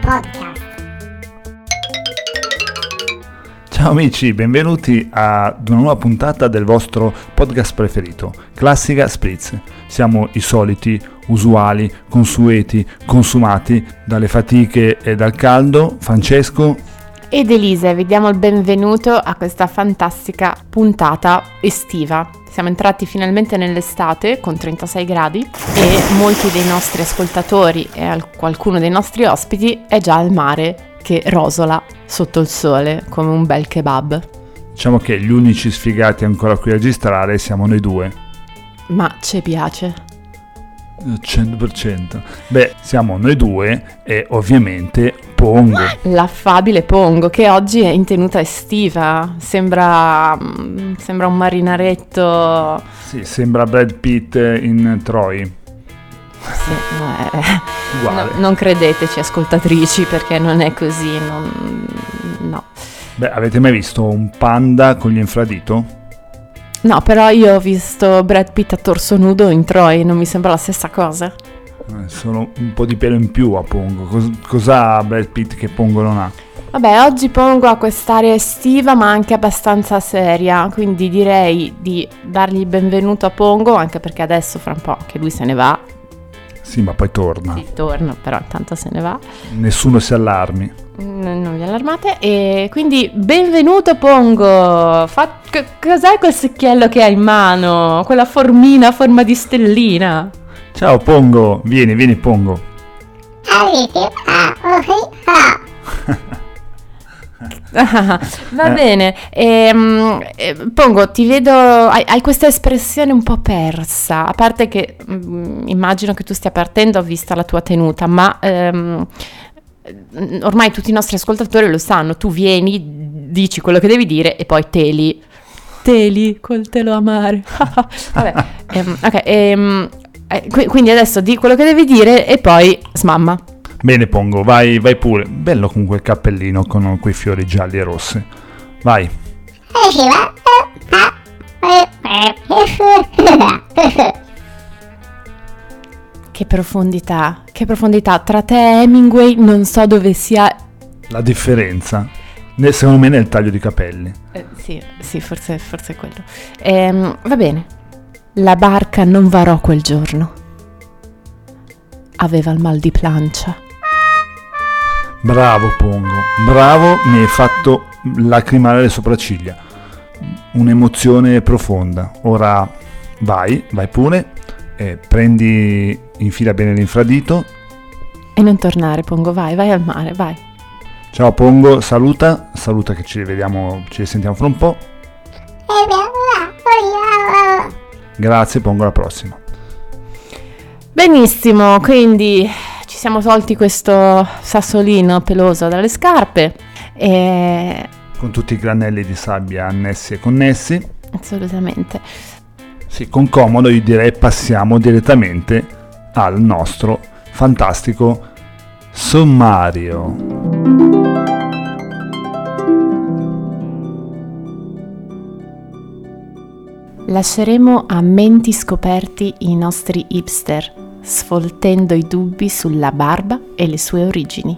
Podcast. Ciao amici, benvenuti ad una nuova puntata del vostro podcast preferito, Classica Spritz. Siamo i soliti, usuali, consueti, consumati dalle fatiche e dal caldo, Francesco ed Elisa. Vi diamo il benvenuto a questa fantastica puntata estiva. Siamo entrati finalmente nell'estate con 36 gradi e molti dei nostri ascoltatori e qualcuno dei nostri ospiti è già al mare che rosola sotto il sole come un bel kebab. Diciamo che gli unici sfigati ancora qui a registrare siamo noi due. Ma ci piace. 100%. Beh, siamo noi due e ovviamente Pongo. L'affabile Pongo che oggi è in tenuta estiva. Sembra un marinaretto. Sì, sembra Brad Pitt in Troy. Sì, Uguale. Non credeteci ascoltatrici perché non è così, no. Beh, avete mai visto un panda con gli infradito? No, però io ho visto Brad Pitt a torso nudo in Troy, non mi sembra la stessa cosa? Sono un po' di pelo in più a Pongo. Cos'ha Brad Pitt che Pongo non ha? Vabbè, oggi Pongo ha quest'area estiva ma anche abbastanza seria, quindi direi di dargli il benvenuto a Pongo, anche perché adesso fra un po' anche lui se ne va. Sì, ma poi torna. Sì, torna, però intanto se ne va. Nessuno si allarmi. Non vi allarmate. E quindi benvenuto Pongo. Cos'è quel secchiello che hai in mano? Quella formina a forma di stellina. Ciao Pongo, vieni Pongo. Va bene. Pongo, ti vedo, hai questa espressione un po' persa, a parte che immagino che tu stia partendo vista la tua tenuta, ma ormai tutti i nostri ascoltatori lo sanno, tu vieni, dici quello che devi dire e poi teli col telo amare. Vabbè, ok, quindi adesso di quello che devi dire e poi smamma. Bene Pongo, vai pure. Bello con quel cappellino con quei fiori gialli e rossi. Vai. Che profondità. Tra te e Hemingway non so dove sia la differenza. Secondo me nel taglio di capelli. Sì, forse è quello. Va bene. La barca non varò quel giorno. Aveva il mal di plancia. Bravo Pongo, bravo, mi hai fatto lacrimare le sopracciglia. Un'emozione profonda. Ora vai pure, infila bene l'infradito. E non tornare Pongo, vai al mare, vai. Ciao Pongo, saluta che ci rivediamo, ci risentiamo fra un po'. Grazie Pongo, alla prossima. Benissimo, quindi ci siamo tolti questo sassolino peloso dalle scarpe e con tutti i granelli di sabbia annessi e connessi. Assolutamente. Sì, con comodo io direi passiamo direttamente al nostro fantastico sommario. Lasceremo a menti scoperti i nostri hipster, sfoltendo i dubbi sulla barba e le sue origini.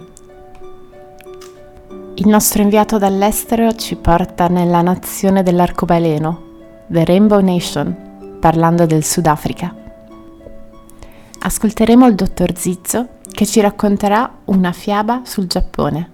Il nostro inviato dall'estero ci porta nella nazione dell'arcobaleno, The Rainbow Nation, parlando del Sudafrica. Ascolteremo il dottor Zizzo che ci racconterà una fiaba sul Giappone.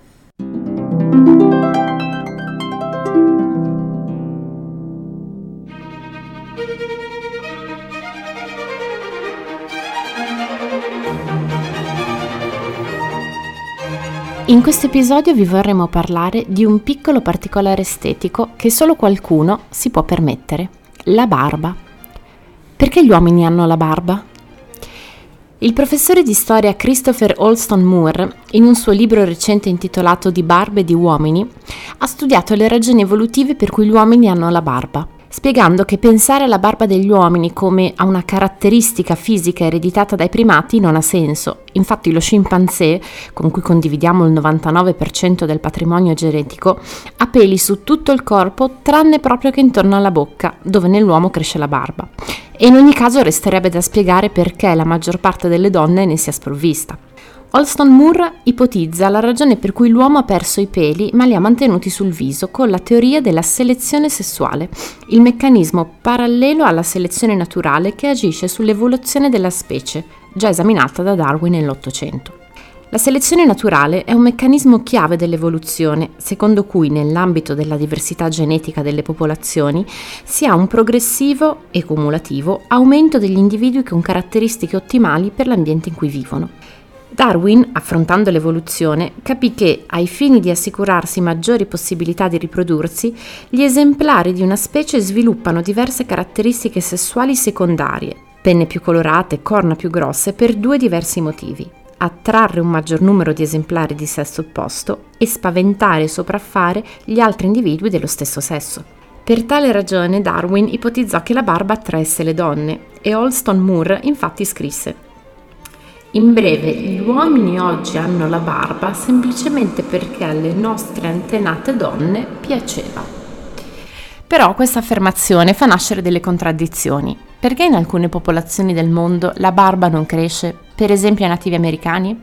In questo episodio vi vorremmo parlare di un piccolo particolare estetico che solo qualcuno si può permettere: la barba. Perché gli uomini hanno la barba? Il professore di storia Christopher Olston Moore, in un suo libro recente intitolato Di barbe di uomini, ha studiato le ragioni evolutive per cui gli uomini hanno la barba, spiegando che pensare alla barba degli uomini come a una caratteristica fisica ereditata dai primati non ha senso. Infatti lo scimpanzé, con cui condividiamo il 99% del patrimonio genetico, ha peli su tutto il corpo tranne proprio che intorno alla bocca, dove nell'uomo cresce la barba. E in ogni caso resterebbe da spiegare perché la maggior parte delle donne ne sia sprovvista. Alston Moore ipotizza la ragione per cui l'uomo ha perso i peli ma li ha mantenuti sul viso con la teoria della selezione sessuale, il meccanismo parallelo alla selezione naturale che agisce sull'evoluzione della specie, già esaminata da Darwin nell'Ottocento. La selezione naturale è un meccanismo chiave dell'evoluzione, secondo cui nell'ambito della diversità genetica delle popolazioni si ha un progressivo e cumulativo aumento degli individui con caratteristiche ottimali per l'ambiente in cui vivono. Darwin, affrontando l'evoluzione, capì che, ai fini di assicurarsi maggiori possibilità di riprodursi, gli esemplari di una specie sviluppano diverse caratteristiche sessuali secondarie, penne più colorate, corna più grosse, per due diversi motivi: attrarre un maggior numero di esemplari di sesso opposto e spaventare e sopraffare gli altri individui dello stesso sesso. Per tale ragione Darwin ipotizzò che la barba attraesse le donne e Alston Moore infatti scrisse: in breve, gli uomini oggi hanno la barba semplicemente perché alle nostre antenate donne piaceva. Però questa affermazione fa nascere delle contraddizioni. Perché in alcune popolazioni del mondo la barba non cresce, per esempio ai nativi americani?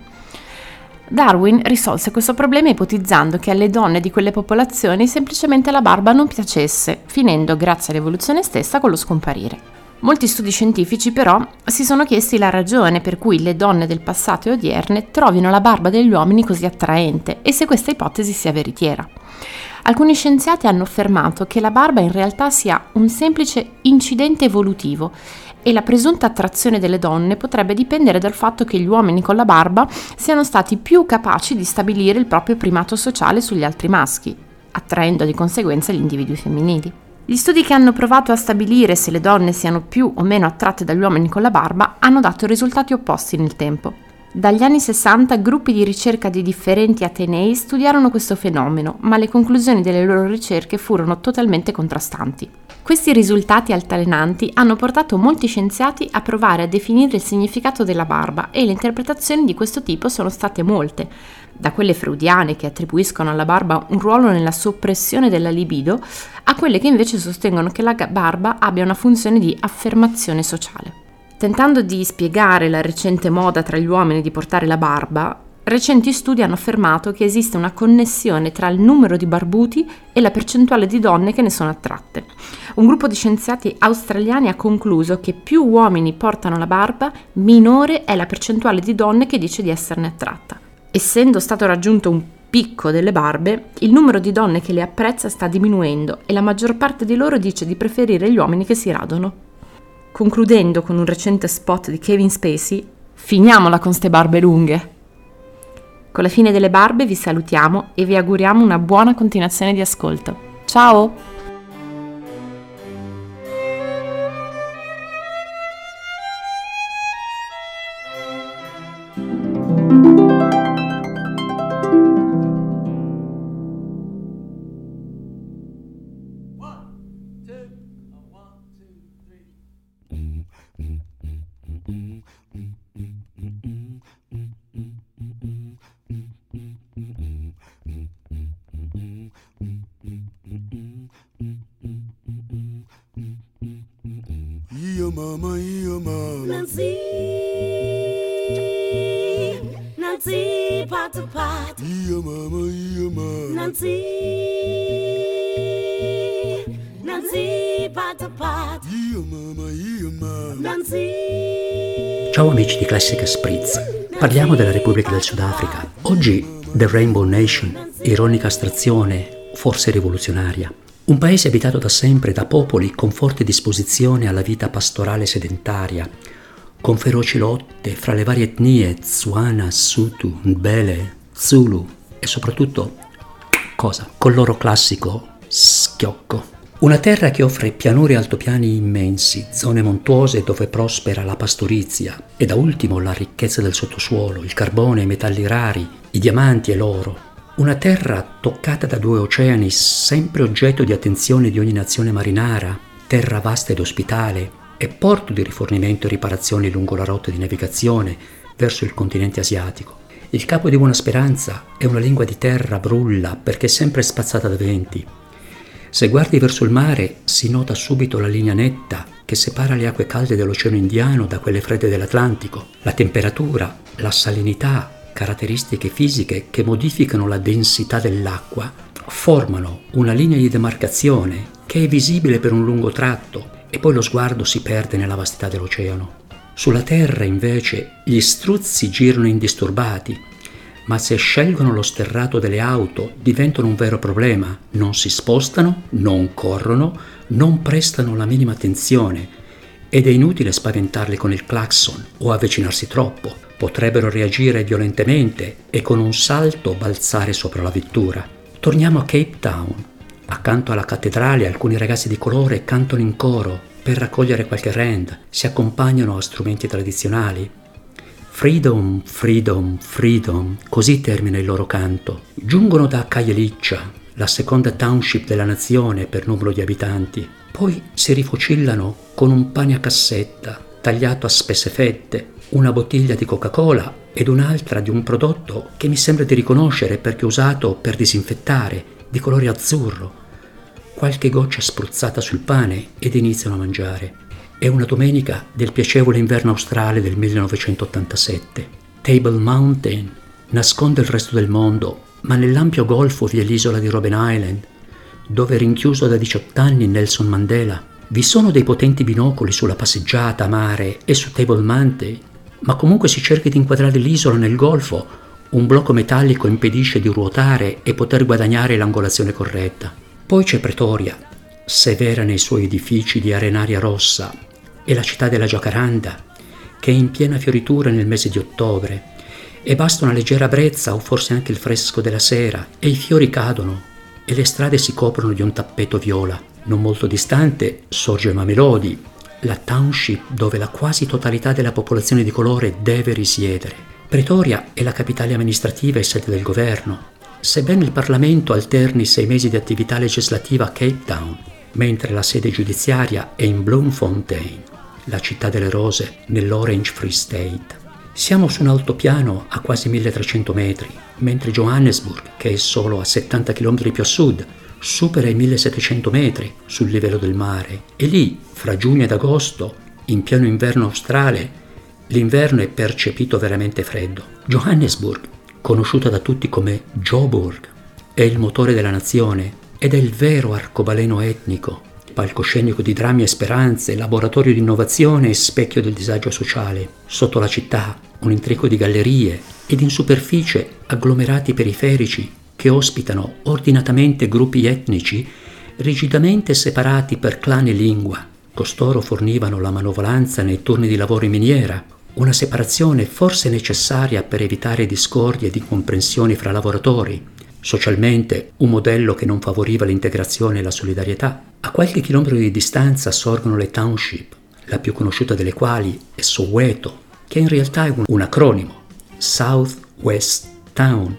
Darwin risolse questo problema ipotizzando che alle donne di quelle popolazioni semplicemente la barba non piacesse, finendo grazie all'evoluzione stessa con lo scomparire. Molti studi scientifici però si sono chiesti la ragione per cui le donne del passato e odierne trovino la barba degli uomini così attraente e se questa ipotesi sia veritiera. Alcuni scienziati hanno affermato che la barba in realtà sia un semplice incidente evolutivo e la presunta attrazione delle donne potrebbe dipendere dal fatto che gli uomini con la barba siano stati più capaci di stabilire il proprio primato sociale sugli altri maschi, attraendo di conseguenza gli individui femminili. Gli studi che hanno provato a stabilire se le donne siano più o meno attratte dagli uomini con la barba hanno dato risultati opposti nel tempo. Dagli anni 60 gruppi di ricerca di differenti atenei studiarono questo fenomeno, ma le conclusioni delle loro ricerche furono totalmente contrastanti. Questi risultati altalenanti hanno portato molti scienziati a provare a definire il significato della barba e le interpretazioni di questo tipo sono state molte, da quelle freudiane che attribuiscono alla barba un ruolo nella soppressione della libido, a quelle che invece sostengono che la barba abbia una funzione di affermazione sociale. Tentando di spiegare la recente moda tra gli uomini di portare la barba, recenti studi hanno affermato che esiste una connessione tra il numero di barbuti e la percentuale di donne che ne sono attratte. Un gruppo di scienziati australiani ha concluso che più uomini portano la barba, minore è la percentuale di donne che dice di esserne attratta. Essendo stato raggiunto un picco delle barbe, il numero di donne che le apprezza sta diminuendo e la maggior parte di loro dice di preferire gli uomini che si radono. Concludendo con un recente spot di Kevin Spacey, finiamola con ste barbe lunghe. Con la fine delle barbe vi salutiamo e vi auguriamo una buona continuazione di ascolto. Ciao! Nancy, Nancy, pot to pot. Nancy, Nancy, pot to pot. Nancy. Ciao amici di Classica Spritz, parliamo della Repubblica del Sudafrica. Oggi The Rainbow Nation, ironica astrazione, forse rivoluzionaria. Un paese abitato da sempre da popoli con forte disposizione alla vita pastorale sedentaria, con feroci lotte fra le varie etnie Tswana, Sutu, Ndebele, Zulu e soprattutto, col loro classico schiocco. Una terra che offre pianuri e altopiani immensi, zone montuose dove prospera la pastorizia e da ultimo la ricchezza del sottosuolo, il carbone, i metalli rari, i diamanti e l'oro. Una terra toccata da due oceani, sempre oggetto di attenzione di ogni nazione marinara, terra vasta ed ospitale e porto di rifornimento e riparazioni lungo la rotta di navigazione verso il continente asiatico. Il Capo di Buona Speranza è una lingua di terra brulla perché è sempre spazzata da venti. Se guardi verso il mare si nota subito la linea netta che separa le acque calde dell'Oceano Indiano da quelle fredde dell'Atlantico. La temperatura, la salinità caratteristiche fisiche che modificano la densità dell'acqua, formano una linea di demarcazione che è visibile per un lungo tratto e poi lo sguardo si perde nella vastità dell'oceano. Sulla Terra, invece, gli struzzi girano indisturbati, ma se scelgono lo sterrato delle auto diventano un vero problema. Non si spostano, non corrono, non prestano la minima attenzione ed è inutile spaventarli con il clacson o avvicinarsi troppo. Potrebbero reagire violentemente e con un salto balzare sopra la vettura. Torniamo a Cape Town. Accanto alla cattedrale alcuni ragazzi di colore cantano in coro per raccogliere qualche rand, si accompagnano a strumenti tradizionali. Freedom, freedom, freedom, così termina il loro canto. Giungono da Khayelitsha, la seconda township della nazione per numero di abitanti. Poi si rifocillano con un pane a cassetta, tagliato a spesse fette, una bottiglia di Coca-Cola ed un'altra di un prodotto che mi sembra di riconoscere perché usato per disinfettare, di colore azzurro. Qualche goccia spruzzata sul pane ed iniziano a mangiare. È una domenica del piacevole inverno australe del 1987. Table Mountain nasconde il resto del mondo, ma nell'ampio golfo vi è l'isola di Robben Island, dove è rinchiuso da 18 anni Nelson Mandela. Vi sono dei potenti binocoli sulla passeggiata a mare e su Table Mountain, ma comunque si cerchi di inquadrare l'isola nel golfo, un blocco metallico impedisce di ruotare e poter guadagnare l'angolazione corretta. Poi c'è Pretoria, severa nei suoi edifici di arenaria rossa, e la città della Jacaranda, che è in piena fioritura nel mese di ottobre, e basta una leggera brezza o forse anche il fresco della sera e i fiori cadono e le strade si coprono di un tappeto viola. Non molto distante sorge Mamelodi, la township dove la quasi totalità della popolazione di colore deve risiedere. Pretoria è la capitale amministrativa e sede del governo, sebbene il Parlamento alterni 6 mesi di attività legislativa a Cape Town, mentre la sede giudiziaria è in Bloemfontein, la città delle rose nell'Orange Free State. Siamo su un altopiano a quasi 1300 metri, mentre Johannesburg, che è solo a 70 km più a sud, supera i 1700 metri sul livello del mare e lì, fra giugno ed agosto, in pieno inverno australe, l'inverno è percepito veramente freddo. Johannesburg, conosciuta da tutti come Joburg, è il motore della nazione ed è il vero arcobaleno etnico, palcoscenico di drammi e speranze, laboratorio di innovazione e specchio del disagio sociale. Sotto la città un intrico di gallerie ed in superficie agglomerati periferici che ospitano ordinatamente gruppi etnici rigidamente separati per clan e lingua. Costoro fornivano la manovalanza nei turni di lavoro in miniera, una separazione forse necessaria per evitare discordie ed incomprensioni fra lavoratori. Socialmente un modello che non favoriva l'integrazione e la solidarietà. A qualche chilometro di distanza sorgono le township, la più conosciuta delle quali è Soweto, che in realtà è un acronimo, South West Town,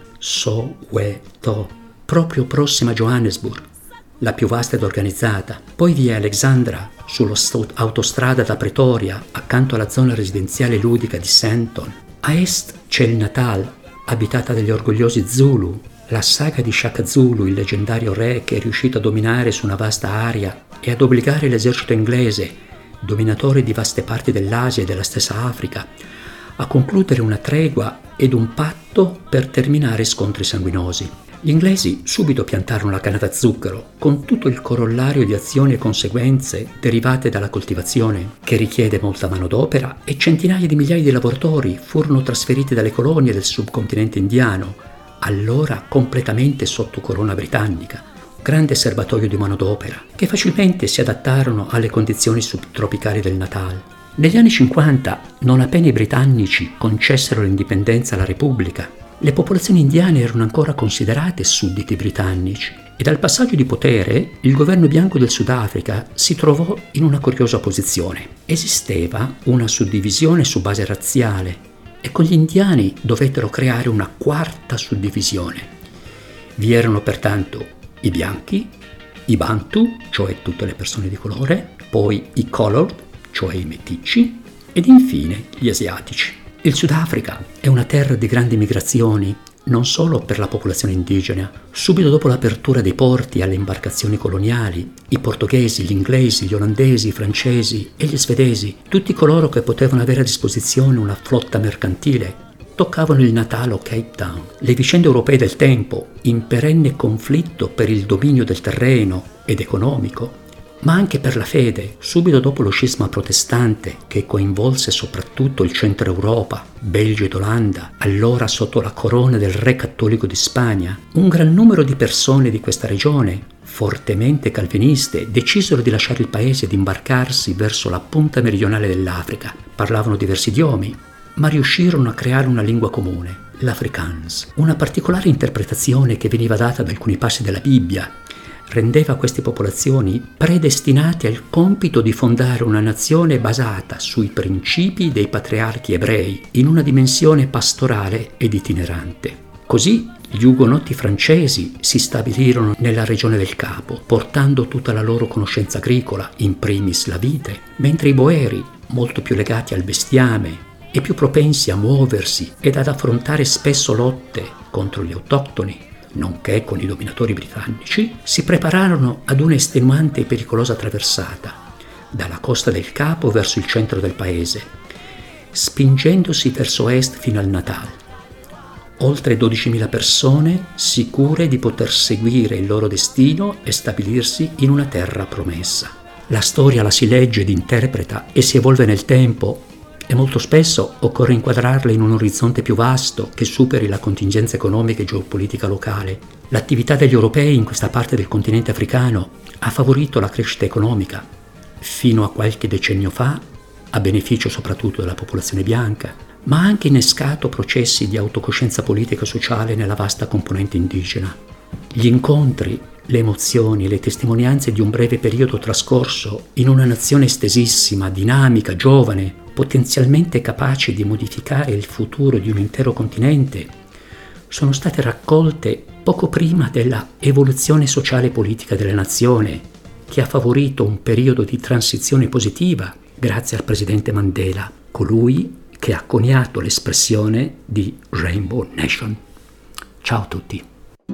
Soweto, proprio prossima a Johannesburg, la più vasta ed organizzata. Poi vi è Alexandra, sull'autostrada da Pretoria, accanto alla zona residenziale ludica di Sandton. A est c'è il Natal, abitata dagli orgogliosi Zulu, la saga di Shaka Zulu, il leggendario re che è riuscito a dominare su una vasta area e ad obbligare l'esercito inglese, dominatore di vaste parti dell'Asia e della stessa Africa, a concludere una tregua ed un patto per terminare scontri sanguinosi. Gli inglesi subito piantarono la canna da zucchero, con tutto il corollario di azioni e conseguenze derivate dalla coltivazione, che richiede molta manodopera, e centinaia di migliaia di lavoratori furono trasferiti dalle colonie del subcontinente indiano, allora completamente sotto corona britannica, grande serbatoio di manodopera, che facilmente si adattarono alle condizioni subtropicali del Natal. Negli anni 50, non appena i britannici concessero l'indipendenza alla Repubblica, le popolazioni indiane erano ancora considerate sudditi britannici e dal passaggio di potere il governo bianco del Sudafrica si trovò in una curiosa posizione. Esisteva una suddivisione su base razziale e con gli indiani dovettero creare una quarta suddivisione. Vi erano pertanto i bianchi, i Bantu, cioè tutte le persone di colore, poi i colored, cioè i meticci, ed infine gli asiatici. Il Sudafrica è una terra di grandi migrazioni, non solo per la popolazione indigena. Subito dopo l'apertura dei porti alle imbarcazioni coloniali, i portoghesi, gli inglesi, gli olandesi, i francesi e gli svedesi, tutti coloro che potevano avere a disposizione una flotta mercantile, toccavano il Natal o Cape Town. Le vicende europee del tempo, in perenne conflitto per il dominio del terreno ed economico, ma anche per la fede, subito dopo lo scisma protestante che coinvolse soprattutto il centro Europa, Belgio ed Olanda, allora sotto la corona del re cattolico di Spagna, un gran numero di persone di questa regione, fortemente calviniste, decisero di lasciare il paese ed imbarcarsi verso la punta meridionale dell'Africa. Parlavano diversi idiomi, ma riuscirono a creare una lingua comune, l'Afrikaans. Una particolare interpretazione che veniva data da alcuni passi della Bibbia rendeva queste popolazioni predestinate al compito di fondare una nazione basata sui principi dei patriarchi ebrei, in una dimensione pastorale ed itinerante. Così gli ugonotti francesi si stabilirono nella regione del Capo, portando tutta la loro conoscenza agricola, in primis la vite, mentre i boeri, molto più legati al bestiame e più propensi a muoversi ed ad affrontare spesso lotte contro gli autoctoni, nonché con i dominatori britannici, si prepararono ad una estenuante e pericolosa traversata dalla costa del Capo verso il centro del paese, spingendosi verso est fino al Natal. Oltre 12.000 persone sicure di poter seguire il loro destino e stabilirsi in una terra promessa. La storia la si legge ed interpreta e si evolve nel tempo, e molto spesso occorre inquadrarla in un orizzonte più vasto che superi la contingenza economica e geopolitica locale. L'attività degli europei in questa parte del continente africano ha favorito la crescita economica, fino a qualche decennio fa, a beneficio soprattutto della popolazione bianca, ma ha anche innescato processi di autocoscienza politica e sociale nella vasta componente indigena. Gli incontri, le emozioni e le testimonianze di un breve periodo trascorso in una nazione estesissima, dinamica, giovane, potenzialmente capace di modificare il futuro di un intero continente, sono state raccolte poco prima della evoluzione sociale e politica della nazione, che ha favorito un periodo di transizione positiva grazie al presidente Mandela, colui che ha coniato l'espressione di Rainbow Nation. Ciao a tutti.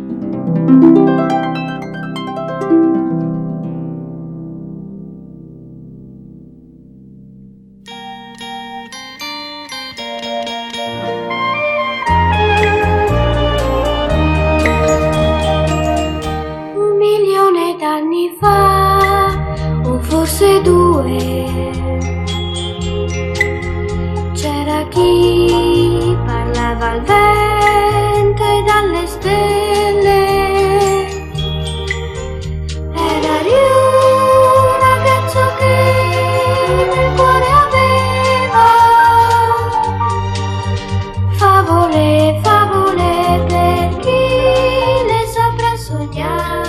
Forse 2 c'era chi parlava al vento e dalle stelle, era un ragazzo che nel cuore aveva favole, favole per chi le saprà sognare.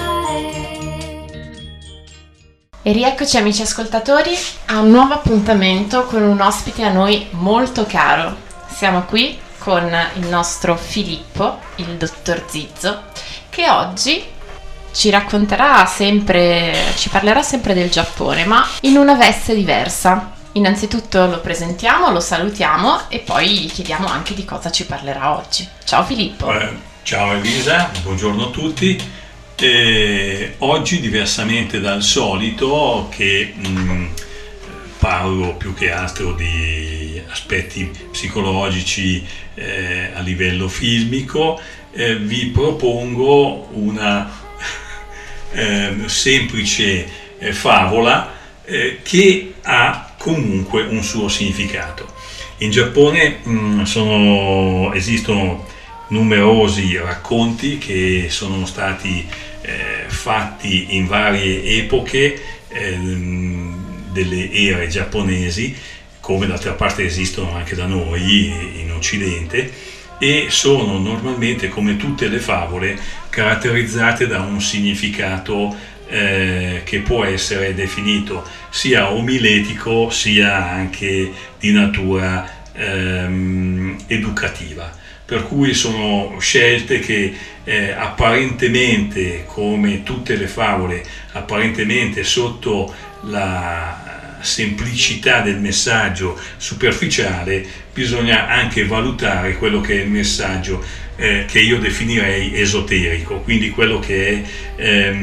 E rieccoci amici ascoltatori a un nuovo appuntamento con un ospite a noi molto caro. Siamo qui con il nostro Filippo, il dottor Zizzo, che oggi ci racconterà sempre, ci parlerà sempre del Giappone, ma in una veste diversa. Innanzitutto lo presentiamo, lo salutiamo e poi gli chiediamo anche di cosa ci parlerà oggi. Ciao Filippo. Ciao Elisa, buongiorno a tutti. Oggi, diversamente dal solito, che parlo più che altro di aspetti psicologici a livello filmico, vi propongo una semplice favola che ha comunque un suo significato. In Giappone esistono numerosi racconti che sono stati fatti in varie epoche delle ere giapponesi, come d'altra parte esistono anche da noi in Occidente, e sono normalmente, come tutte le favole, caratterizzate da un significato che può essere definito sia omiletico sia anche di natura educativa. Per cui sono scelte che apparentemente, come tutte le favole, apparentemente sotto la semplicità del messaggio superficiale, bisogna anche valutare quello che è il messaggio che io definirei esoterico, quindi quello che è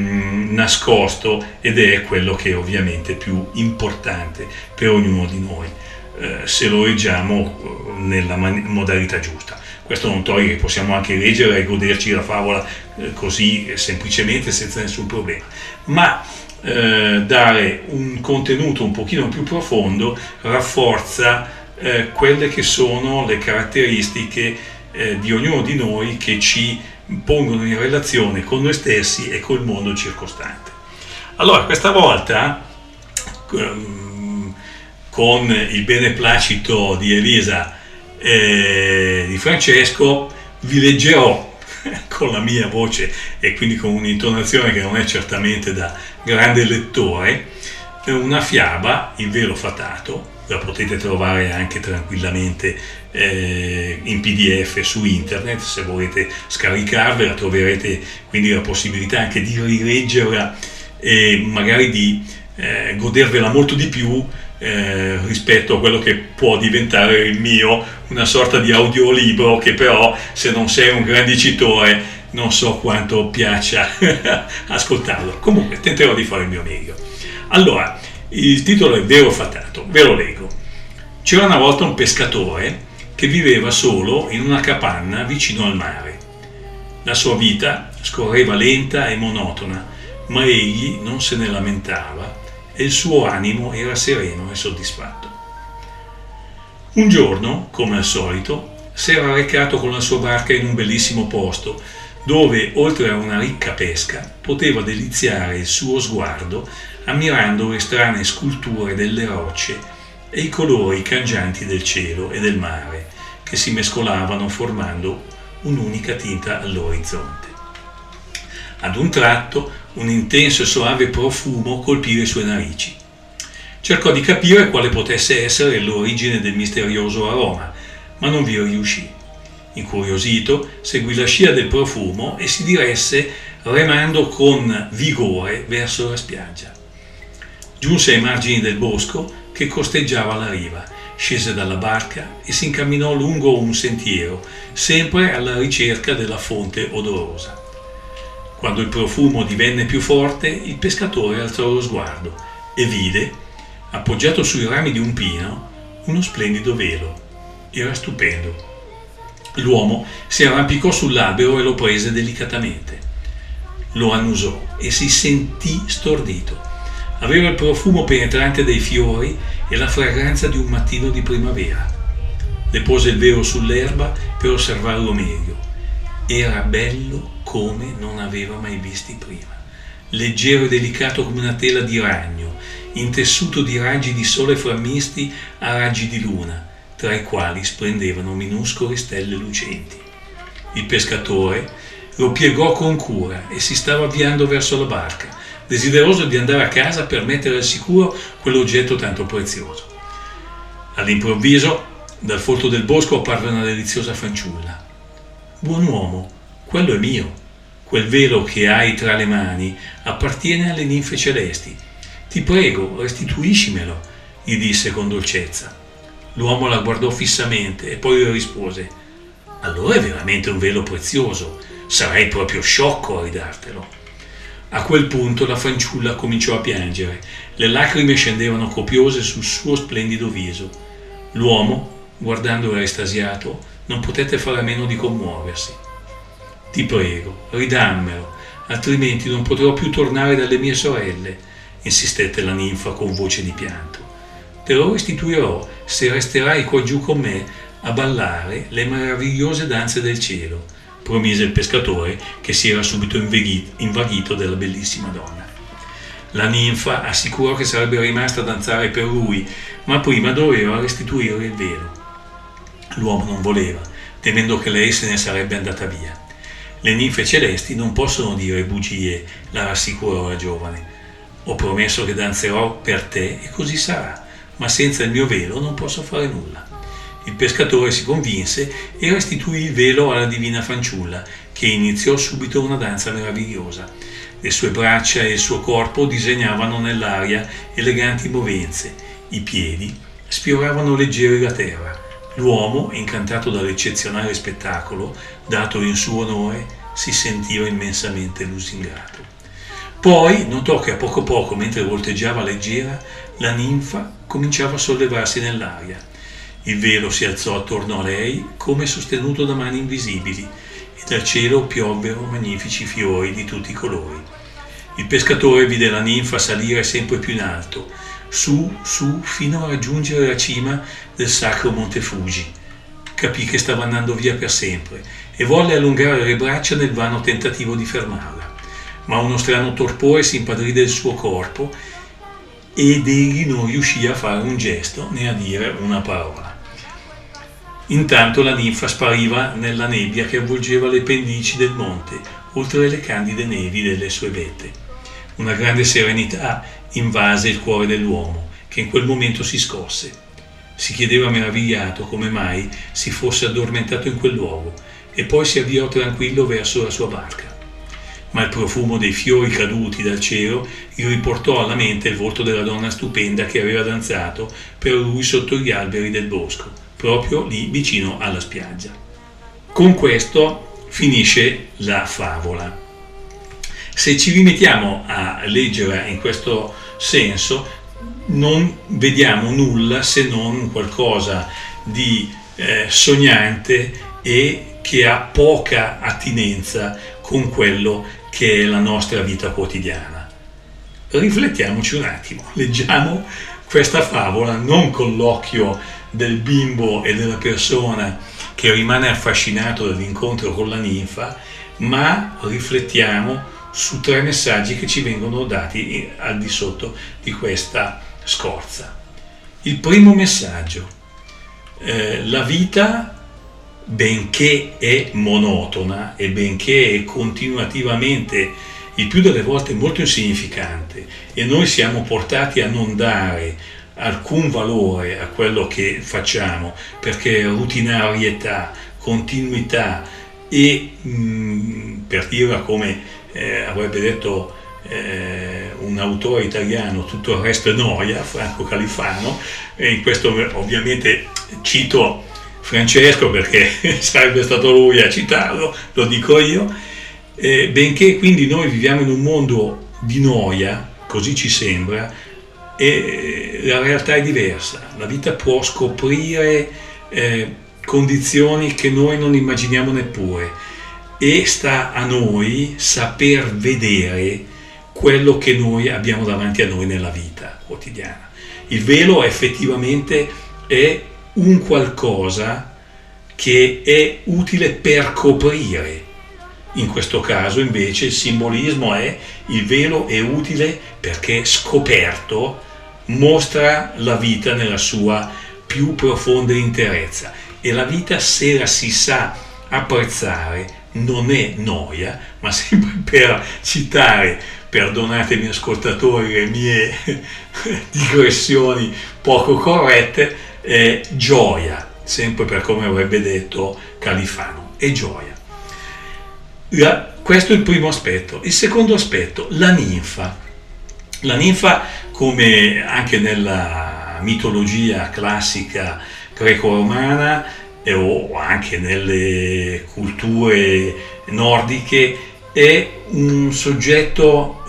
nascosto ed è quello che è ovviamente più importante per ognuno di noi. se lo leggiamo nella modalità giusta. Questo non toglie che possiamo anche leggere e goderci la favola così semplicemente, senza nessun problema, ma dare un contenuto un pochino più profondo rafforza quelle che sono le caratteristiche di ognuno di noi, che ci pongono in relazione con noi stessi e col mondo circostante. Allora, questa volta con il beneplacito di Elisa e di Francesco vi leggerò con la mia voce e quindi con un'intonazione che non è certamente da grande lettore una fiaba, Il velo fatato. La potete trovare anche tranquillamente in PDF su internet. Se volete scaricarvela troverete quindi la possibilità anche di rileggerla e magari di godervela molto di più rispetto a quello che può diventare il mio, una sorta di audiolibro che però, se non sei un gran dicitore, non so quanto piaccia ascoltarlo. Comunque tenterò di fare il mio meglio. Allora, il titolo è Velo fatato, ve lo leggo. C'era una volta un pescatore che viveva solo in una capanna vicino al mare. La sua vita scorreva lenta e monotona, ma egli non se ne lamentava e il suo animo era sereno e soddisfatto. Un giorno, come al solito, si era recato con la sua barca in un bellissimo posto dove, oltre a una ricca pesca, poteva deliziare il suo sguardo ammirando le strane sculture delle rocce e i colori cangianti del cielo e del mare che si mescolavano formando un'unica tinta all'orizzonte. Ad un tratto un intenso e soave profumo colpì le sue narici. Cercò di capire quale potesse essere l'origine del misterioso aroma, ma non vi riuscì. Incuriosito, seguì la scia del profumo e si diresse remando con vigore verso la spiaggia. Giunse ai margini del bosco che costeggiava la riva, scese dalla barca e si incamminò lungo un sentiero, sempre alla ricerca della fonte odorosa. Quando il profumo divenne più forte, il pescatore alzò lo sguardo e vide, appoggiato sui rami di un pino, uno splendido velo. Era stupendo. L'uomo si arrampicò sull'albero e lo prese delicatamente. Lo annusò e si sentì stordito. Aveva il profumo penetrante dei fiori e la fragranza di un mattino di primavera. Depose il velo sull'erba per osservarlo meglio. Era bello come non aveva mai visti prima, leggero e delicato come una tela di ragno, intessuto di raggi di sole frammisti a raggi di luna, tra i quali splendevano minuscole stelle lucenti. Il pescatore lo piegò con cura e si stava avviando verso la barca, desideroso di andare a casa per mettere al sicuro quell'oggetto tanto prezioso. All'improvviso, dal folto del bosco apparve una deliziosa fanciulla. «Buon uomo, quello è mio. Quel velo che hai tra le mani appartiene alle ninfe celesti. Ti prego, restituiscimelo», gli disse con dolcezza. L'uomo la guardò fissamente e poi le rispose: «Allora è veramente un velo prezioso. Sarei proprio sciocco a ridartelo». A quel punto la fanciulla cominciò a piangere. Le lacrime scendevano copiose sul suo splendido viso. L'uomo, guardandola estasiato, non potette fare a meno di commuoversi. «Ti prego, ridammelo, altrimenti non potrò più tornare dalle mie sorelle», insistette la ninfa con voce di pianto. «Te lo restituirò se resterai qua giù con me a ballare le meravigliose danze del cielo», promise il pescatore, che si era subito invaghito della bellissima donna. La ninfa assicurò che sarebbe rimasta a danzare per lui, ma prima doveva restituire il velo. L'uomo non voleva, temendo che lei se ne sarebbe andata via. «Le ninfe celesti non possono dire bugie», la rassicurò la giovane. «Ho promesso che danzerò per te e così sarà, ma senza il mio velo non posso fare nulla». Il pescatore si convinse e restituì il velo alla divina fanciulla, che iniziò subito una danza meravigliosa. Le sue braccia e il suo corpo disegnavano nell'aria eleganti movenze, i piedi sfioravano leggeri la terra. L'uomo, incantato dall'eccezionale spettacolo dato in suo onore, si sentiva immensamente lusingato. Poi notò che a poco, mentre volteggiava leggera, la ninfa cominciava a sollevarsi nell'aria. Il velo si alzò attorno a lei come sostenuto da mani invisibili e dal cielo piovvero magnifici fiori di tutti i colori. Il pescatore vide la ninfa salire sempre più in alto, su, fino a raggiungere la cima del sacro Monte Fuji. Capì che stava andando via per sempre e volle allungare le braccia nel vano tentativo di fermarla, ma uno strano torpore si impadrì del suo corpo ed egli non riuscì a fare un gesto né a dire una parola. Intanto la ninfa spariva nella nebbia che avvolgeva le pendici del monte, oltre le candide nevi delle sue vette. Una grande serenità invase il cuore dell'uomo, che in quel momento si scosse. Si chiedeva meravigliato come mai si fosse addormentato in quel luogo e poi si avviò tranquillo verso la sua barca. Ma il profumo dei fiori caduti dal cielo gli riportò alla mente il volto della donna stupenda che aveva danzato per lui sotto gli alberi del bosco, proprio lì vicino alla spiaggia. Con questo finisce la favola. Se ci rimettiamo a leggere in questo senso, non vediamo nulla se non qualcosa di sognante e che ha poca attinenza con quello che è la nostra vita quotidiana. Riflettiamoci un attimo, leggiamo questa favola non con l'occhio del bimbo e della persona che rimane affascinato dall'incontro con la ninfa, ma riflettiamo su 3 messaggi che ci vengono dati al di sotto di questa scorza. Il primo messaggio: la vita, benché è monotona e benché è continuativamente il più delle volte molto insignificante e noi siamo portati a non dare alcun valore a quello che facciamo perché routinarietà, continuità e per dirla come avrebbe detto un autore italiano, tutto il resto è noia, Franco Califano, e in questo ovviamente cito Francesco perché sarebbe stato lui a citarlo, lo dico io, benché quindi noi viviamo in un mondo di noia, così ci sembra, e la realtà è diversa. La vita può scoprire condizioni che noi non immaginiamo neppure e sta a noi saper vedere quello che noi abbiamo davanti a noi nella vita quotidiana. Il velo effettivamente è un qualcosa che è utile per coprire. In questo caso invece il simbolismo è: il velo è utile perché scoperto mostra la vita nella sua più profonda interezza, e la vita, se la si sa apprezzare, non è noia, ma sempre per citare, perdonatemi ascoltatori le mie digressioni poco corrette, è gioia, sempre per come avrebbe detto Califano, è gioia. Questo è il primo aspetto. Il secondo aspetto, la ninfa. La ninfa, come anche nella mitologia classica greco-romana o anche nelle culture nordiche, è un soggetto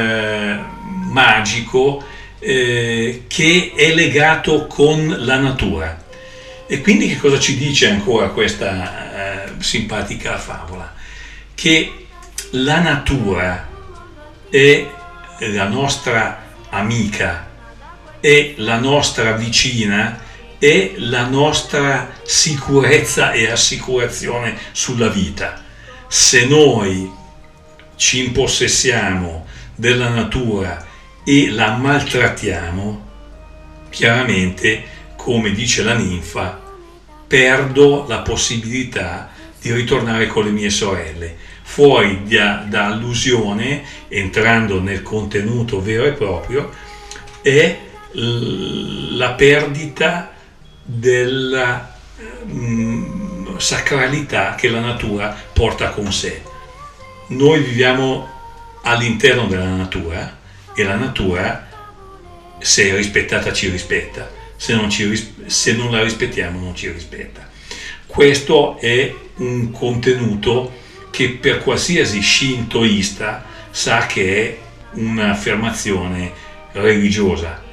magico che è legato con la natura. E quindi che cosa ci dice ancora questa simpatica favola? Che la natura è la nostra amica, è la nostra vicina, è la nostra sicurezza e assicurazione sulla vita. Se noi ci impossessiamo della natura e la maltrattiamo, chiaramente, come dice la ninfa, perdo la possibilità di ritornare con le mie sorelle. Fuori da allusione, entrando nel contenuto vero e proprio, è la perdita della sacralità che la natura porta con sé. Noi viviamo all'interno della natura e la natura, se è rispettata, ci rispetta, se non la rispettiamo non ci rispetta. Questo è un contenuto che per qualsiasi shintoista sa che è un'affermazione religiosa.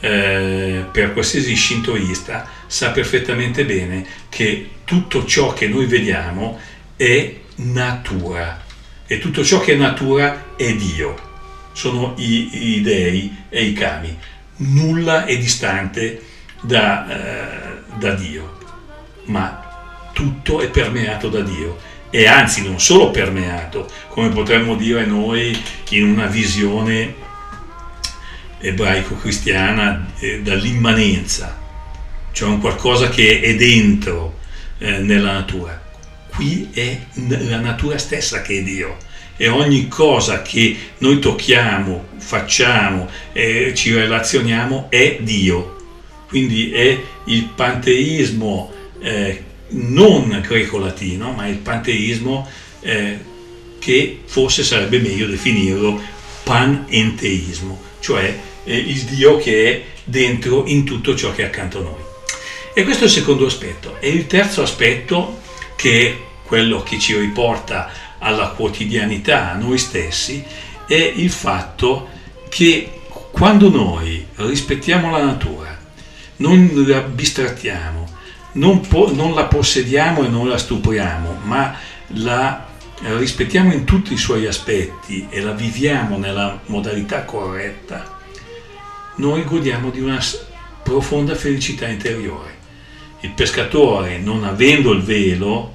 per qualsiasi shintoista sa perfettamente bene che tutto ciò che noi vediamo è natura, e tutto ciò che è natura è Dio, sono i dei e i kami, nulla è distante da Dio, ma tutto è permeato da Dio, e anzi non solo permeato, come potremmo dire noi in una visione ebraico-cristiana, dall'immanenza, cioè un qualcosa che è dentro nella natura. Qui è la natura stessa che è Dio, e ogni cosa che noi tocchiamo, facciamo, ci relazioniamo è Dio. Quindi è il panteismo non greco-latino, ma il panteismo che forse sarebbe meglio definirlo panenteismo, cioè il Dio che è dentro in tutto ciò che è accanto a noi. E questo è il secondo aspetto. E il terzo aspetto, che è quello che ci riporta alla quotidianità, a noi stessi, è il fatto che quando noi rispettiamo la natura, non la bistrattiamo, non la possediamo e non la stupriamo, ma la rispettiamo in tutti i suoi aspetti e la viviamo nella modalità corretta, noi godiamo di una profonda felicità interiore. Il pescatore, non avendo il velo,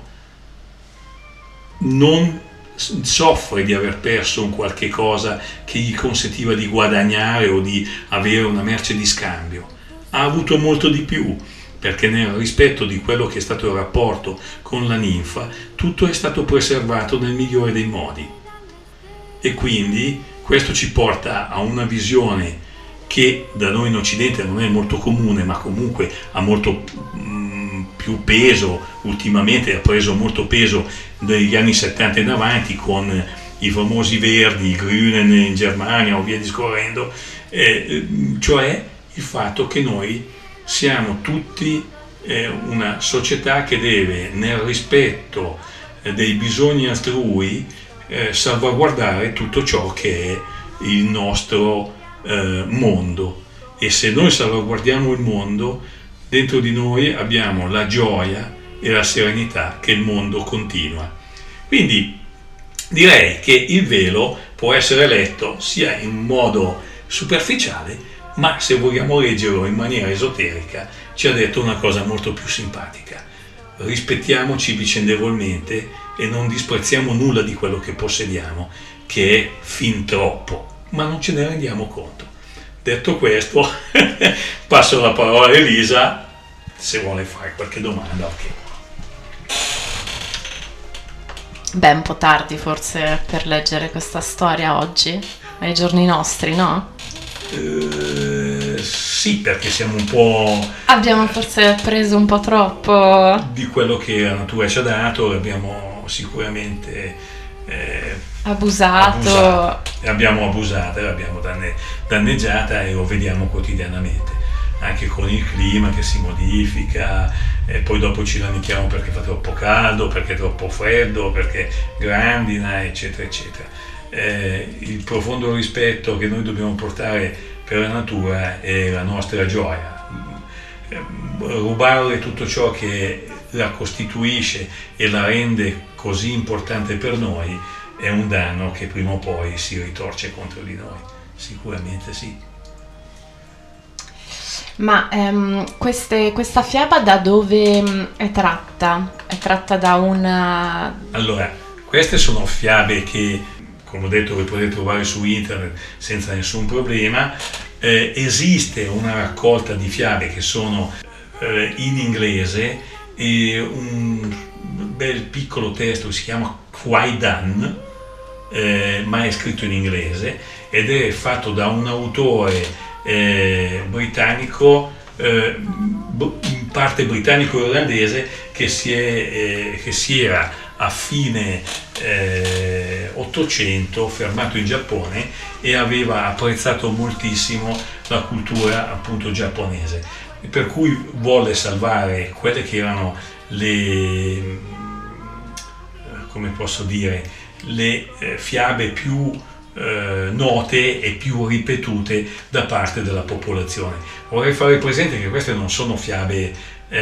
non soffre di aver perso un qualche cosa che gli consentiva di guadagnare o di avere una merce di scambio. Ha avuto molto di più, perché nel rispetto di quello che è stato il rapporto con la ninfa, tutto è stato preservato nel migliore dei modi. E quindi questo ci porta a una visione che da noi in Occidente non è molto comune, ma comunque ha molto più peso ultimamente, ha preso molto peso dagli anni 70 in avanti, con i famosi verdi, i Grünen in Germania o via discorrendo, cioè il fatto che noi siamo tutti una società che deve, nel rispetto dei bisogni altrui, salvaguardare tutto ciò che è il nostro mondo. E se noi salvaguardiamo il mondo, dentro di noi abbiamo la gioia e la serenità che il mondo continua. Quindi direi che il velo può essere letto sia in modo superficiale, ma se vogliamo leggerlo in maniera esoterica, ci ha detto una cosa molto più simpatica: rispettiamoci vicendevolmente e non disprezziamo nulla di quello che possediamo, che è fin troppo, ma non ce ne rendiamo conto. Detto questo, passo la parola a Elisa, se vuole fare qualche domanda. Ok. Beh, un po' tardi forse per leggere questa storia oggi, ai giorni nostri, no? Sì, perché siamo un po'... Abbiamo forse preso un po' troppo di quello che la natura ci ha dato, abbiamo sicuramente abusato. Abbiamo abusato, l'abbiamo danneggiata, e lo vediamo quotidianamente, anche con il clima che si modifica, e poi dopo ci lamentiamo perché fa troppo caldo, perché è troppo freddo, perché grandina, eccetera eccetera. Il profondo rispetto che noi dobbiamo portare per la natura è la nostra gioia. Rubarle tutto ciò che la costituisce e la rende così importante per noi è un danno che prima o poi si ritorce contro di noi, sicuramente sì. Ma questa fiaba da dove è tratta? È tratta da una... Allora, queste sono fiabe che, come ho detto, le potete trovare su internet senza nessun problema. Esiste una raccolta di fiabe che sono in inglese, e un bel piccolo testo che si chiama Kwaidan, ma è scritto in inglese, ed è fatto da un autore britannico, in parte britannico-irlandese, che si era a fine 800 fermato in Giappone e aveva apprezzato moltissimo la cultura appunto giapponese, per cui volle salvare quelle che erano le, come posso dire, le fiabe più note e più ripetute da parte della popolazione. Vorrei fare presente che queste non sono fiabe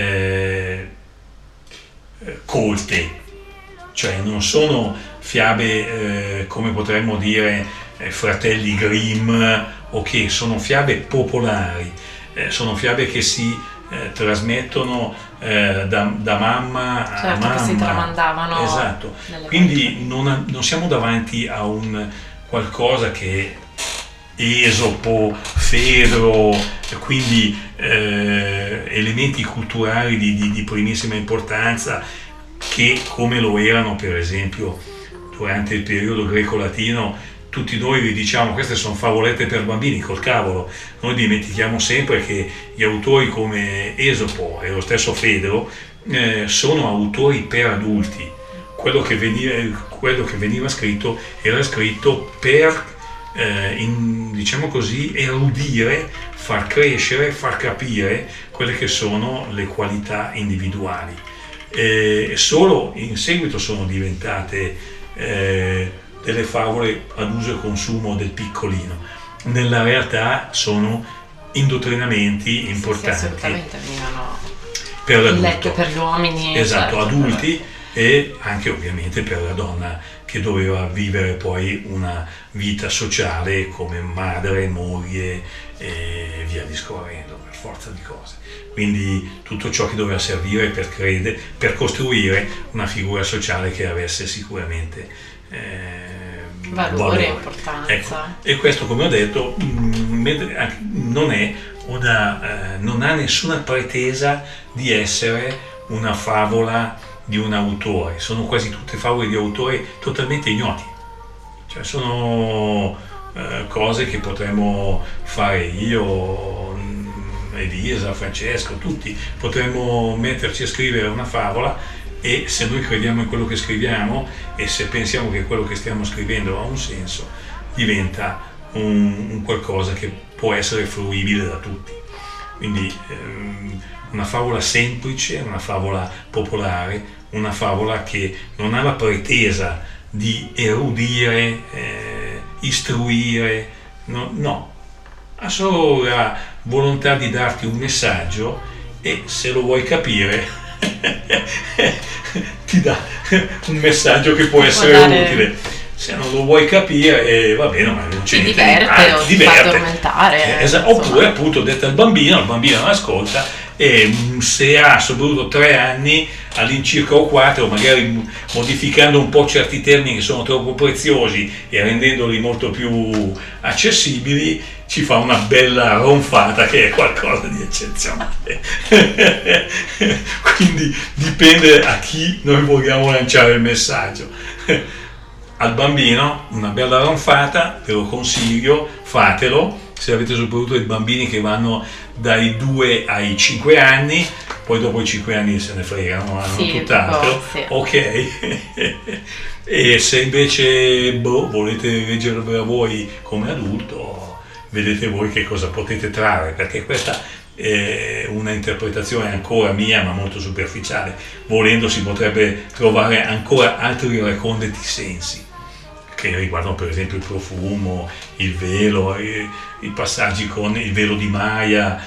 colte, cioè non sono fiabe come potremmo dire fratelli Grimm, ok, sono fiabe popolari, sono fiabe che si trasmettono da mamma a mamma, che si tramandavano. Esatto. Quindi non siamo davanti a un qualcosa che Esopo, Fedro, quindi elementi culturali di primissima importanza, che come lo erano per esempio durante il periodo greco-latino. Tutti noi vi diciamo queste sono favolette per bambini, col cavolo. Noi dimentichiamo sempre che gli autori come Esopo e lo stesso Fedro sono autori per adulti. Quello che veniva scritto era scritto per diciamo così, erudire, far crescere, far capire quelle che sono le qualità individuali. Solo in seguito sono diventate delle favole ad uso e consumo del piccolino. Nella realtà sono indottrinamenti importanti. Sì, assolutamente venivano per l'adulto, lette per gli uomini, esatto, certo, adulti, e anche ovviamente per la donna che doveva vivere poi una vita sociale come madre, moglie e via discorrendo, per forza di cose. Quindi tutto ciò che doveva servire per costruire una figura sociale che avesse sicuramente valore e importanza. Ecco. E questo, come ho detto, non ha nessuna pretesa di essere una favola di un autore. Sono quasi tutte favole di autori totalmente ignoti, cioè sono cose che potremmo fare io, Elisa, Francesco, tutti potremmo metterci a scrivere una favola, e se noi crediamo in quello che scriviamo e se pensiamo che quello che stiamo scrivendo ha un senso, diventa un qualcosa che può essere fruibile da tutti. Quindi una favola semplice, una favola popolare, una favola che non ha la pretesa di erudire, istruire, no, ha solo la volontà di darti un messaggio, e se lo vuoi capire ti dà un messaggio che può essere utile. Se non lo vuoi capire, va bene, ma non c'è ti niente. diverte o ti fa addormentare. Oppure appunto detta al bambino non ascolta, e se ha soprattutto 3 anni all'incirca o 4, magari modificando un po' certi termini che sono troppo preziosi e rendendoli molto più accessibili, ci fa una bella ronfata che è qualcosa di eccezionale. Quindi dipende a chi noi vogliamo lanciare il messaggio. Al bambino una bella ronfata, ve lo consiglio, fatelo. Se avete soprattutto dei bambini che vanno dai 2 ai 5 anni, poi dopo i 5 anni se ne fregano, hanno tutt'altro, sì. Ok. E se invece volete leggervelo a voi come adulto, vedete voi che cosa potete trarre, perché questa è una interpretazione ancora mia, ma molto superficiale. Volendo si potrebbe trovare ancora altri reconditi sensi che riguardano per esempio il profumo, il velo, i passaggi con il velo di Maya,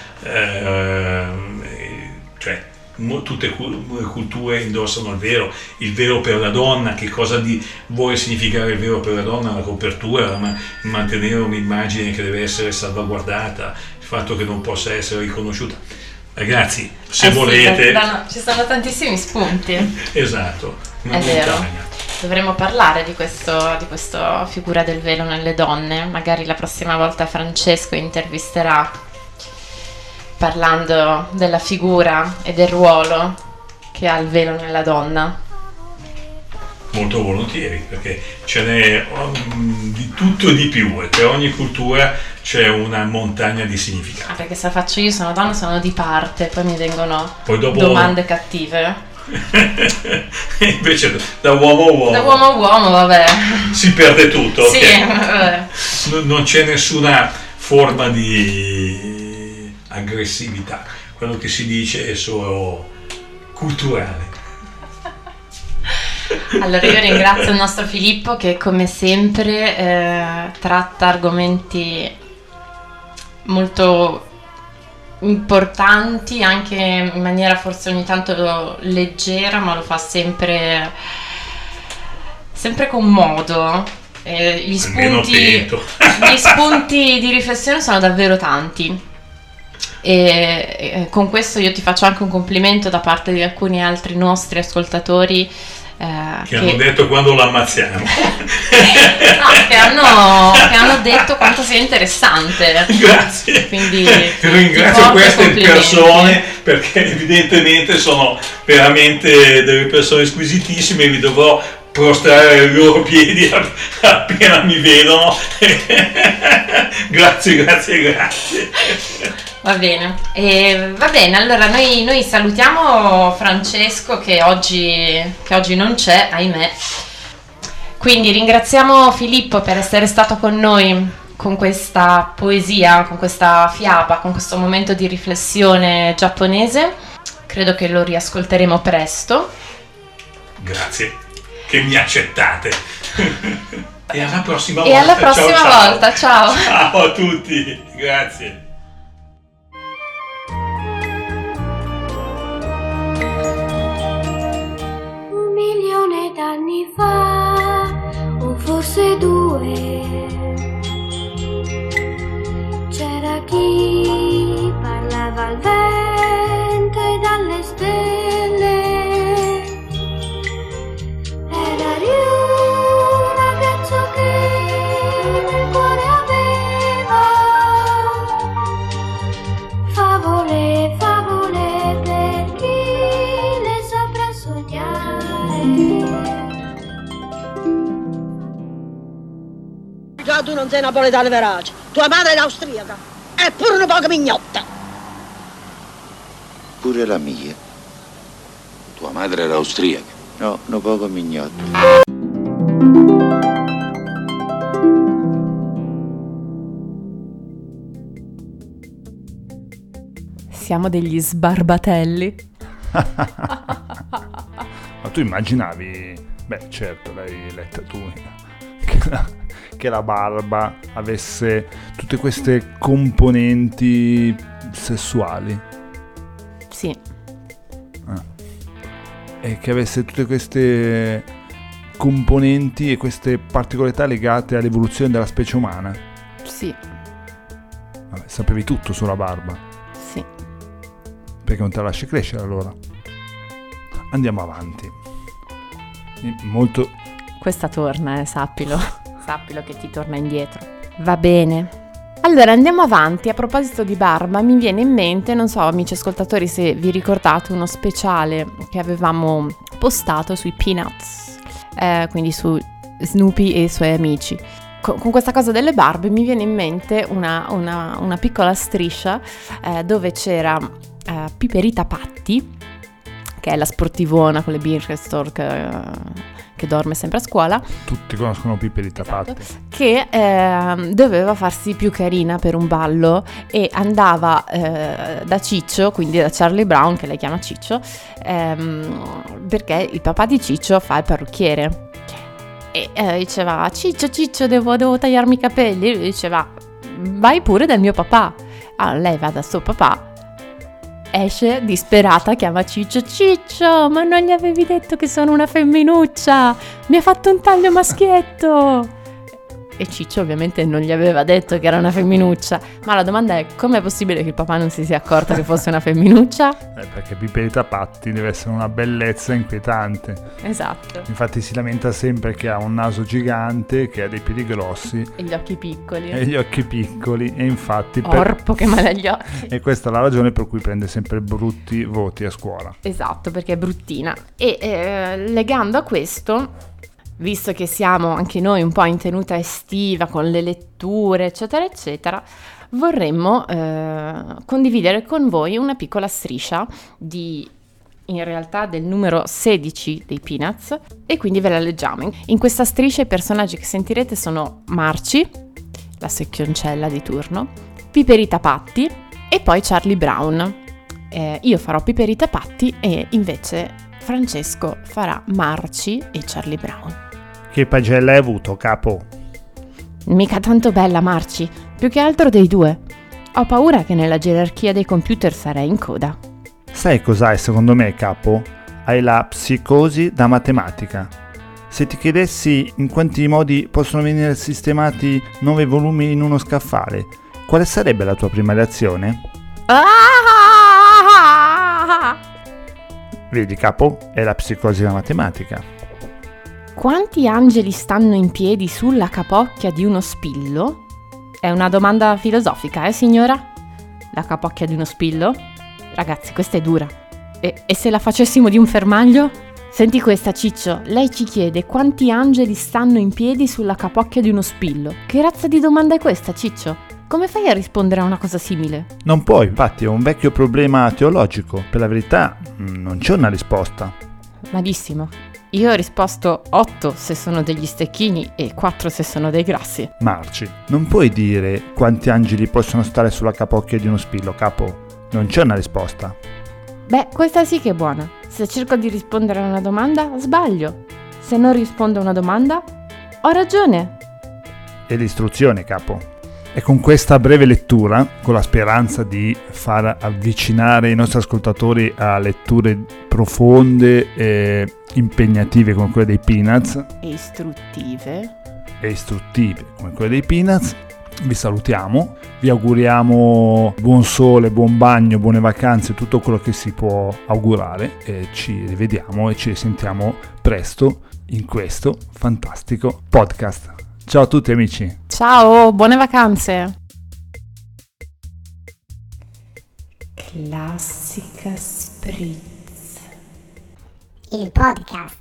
cioè tutte le culture indossano il velo per la donna. Che cosa vuole significare il velo per la donna? La copertura, mantenere un'immagine che deve essere salvaguardata, il fatto che non possa essere riconosciuta. Ragazzi, se volete... ci sono tantissimi spunti. Esatto, una è vero. montagna. Dovremmo parlare di questa figura del velo nelle donne. Magari la prossima volta Francesco intervisterà, parlando della figura e del ruolo che ha il velo nella donna. Molto volentieri, perché ce n'è di tutto e di più, e per ogni cultura c'è una montagna di significati. Perché se faccio io sono donna, sono di parte, poi mi vengono domande cattive. Invece da uomo a uomo, vabbè, si perde tutto. Sì, okay? Vabbè. Non c'è nessuna forma di aggressività, quello che si dice è solo culturale. Allora io ringrazio il nostro Filippo che come sempre tratta argomenti molto importanti, anche in maniera forse ogni tanto leggera, ma lo fa sempre con modo. Gli spunti di riflessione sono davvero tanti. E con questo io ti faccio anche un complimento da parte di alcuni altri nostri ascoltatori che hanno detto quando lo ammazziamo. No, che hanno detto quanto sia interessante. Grazie. Quindi ringrazio queste persone, perché evidentemente sono veramente delle persone squisitissime, vi dovrò prostrare ai loro piedi appena mi vedono. Grazie. Va bene, allora noi salutiamo Francesco che oggi non c'è, ahimè. Quindi ringraziamo Filippo per essere stato con noi con questa poesia, con questa fiaba, con questo momento di riflessione giapponese. Credo che lo riascolteremo presto. Grazie che mi accettate. E alla prossima volta. Ciao. Ciao a tutti, grazie. D'anni fa, o forse 2, c'era chi parlava al vento e dalle stelle. Era un ragazzo che nel cuore aveva favole per chi le saprà sognare. Già tu non sei napoletano verace, tua madre è austriaca, è pure un poco mignotta. Pure la mia. Tua madre era austriaca? No, un poco mignotta. Siamo degli sbarbatelli. Ma tu immaginavi, beh certo l'hai letta tu, che la barba avesse tutte queste componenti sessuali? Sì. E che avesse tutte queste componenti e queste particolarità legate all'evoluzione della specie umana? Sì. Vabbè, sapevi tutto sulla barba? Sì. Perché non te la lasci crescere allora? Andiamo avanti. Molto... Questa torna, sappilo. Sappilo che ti torna indietro. Va bene. Allora andiamo avanti. A proposito di barba mi viene in mente, non so amici ascoltatori se vi ricordate uno speciale che avevamo postato sui Peanuts, quindi su Snoopy e i suoi amici. Con questa cosa delle barbe mi viene in mente una piccola striscia dove c'era Piperita Patti, che è la sportivona con le Birkenstock che dorme sempre a scuola. Tutti conoscono Piperita Patti. Che doveva farsi più carina per un ballo e andava da Ciccio, quindi da Charlie Brown, che lei chiama Ciccio, perché il papà di Ciccio fa il parrucchiere. E diceva: Ciccio, devo tagliarmi i capelli. E lui diceva: vai pure dal mio papà. Allora lei va da suo papà, esce disperata, chiama Ciccio: ma non gli avevi detto che sono una femminuccia? Mi ha fatto un taglio maschietto. E Ciccio ovviamente non gli aveva detto che era una femminuccia. Ma la domanda è: com'è possibile che il papà non si sia accorto che fosse una femminuccia? Perché Piperita Patti deve essere una bellezza inquietante. Esatto. Infatti si lamenta sempre che ha un naso gigante, che ha dei piedi grossi e gli occhi piccoli. E infatti Orpo che male agli occhi. E questa è la ragione per cui prende sempre brutti voti a scuola. Esatto, perché è bruttina. E legando a questo, visto che siamo anche noi un po' in tenuta estiva con le letture eccetera eccetera, vorremmo condividere con voi una piccola striscia in realtà del numero 16 dei Peanuts, e quindi ve la leggiamo. In questa striscia i personaggi che sentirete sono Marci, la secchioncella di turno, Piperita Patti e poi Charlie Brown. Io farò Piperita Patti e invece Francesco farà Marci e Charlie Brown. Che pagella hai avuto, capo? Mica tanto bella, Marci, più che altro dei due. Ho paura che nella gerarchia dei computer sarei in coda. Sai cos'hai secondo me, capo? Hai la psicosi da matematica. Se ti chiedessi in quanti modi possono venire sistemati 9 volumi in uno scaffale, quale sarebbe la tua prima reazione? Vedi, capo, è la psicosi da matematica. Quanti angeli stanno in piedi sulla capocchia di uno spillo? È una domanda filosofica, signora? La capocchia di uno spillo? Ragazzi, questa è dura. E se la facessimo di un fermaglio? Senti questa, Ciccio. Lei ci chiede quanti angeli stanno in piedi sulla capocchia di uno spillo. Che razza di domanda è questa, Ciccio? Come fai a rispondere a una cosa simile? Non puoi, infatti, è un vecchio problema teologico. Per la verità, non c'è una risposta. Malissimo. Io ho risposto 8 se sono degli stecchini e 4 se sono dei grassi. Marci, non puoi dire quanti angeli possono stare sulla capocchia di uno spillo, capo. Non c'è una risposta. Beh, questa sì che è buona. Se cerco di rispondere a una domanda, sbaglio. Se non rispondo a una domanda, ho ragione. E l'istruzione, capo. E con questa breve lettura, con la speranza di far avvicinare i nostri ascoltatori a letture profonde e impegnative come quelle dei Peanuts e istruttive come quelle dei Peanuts, vi salutiamo, vi auguriamo buon sole, buon bagno, buone vacanze, tutto quello che si può augurare e ci rivediamo e ci risentiamo presto in questo fantastico podcast. Ciao a tutti amici. Ciao, buone vacanze. Classica Spritz. Il podcast.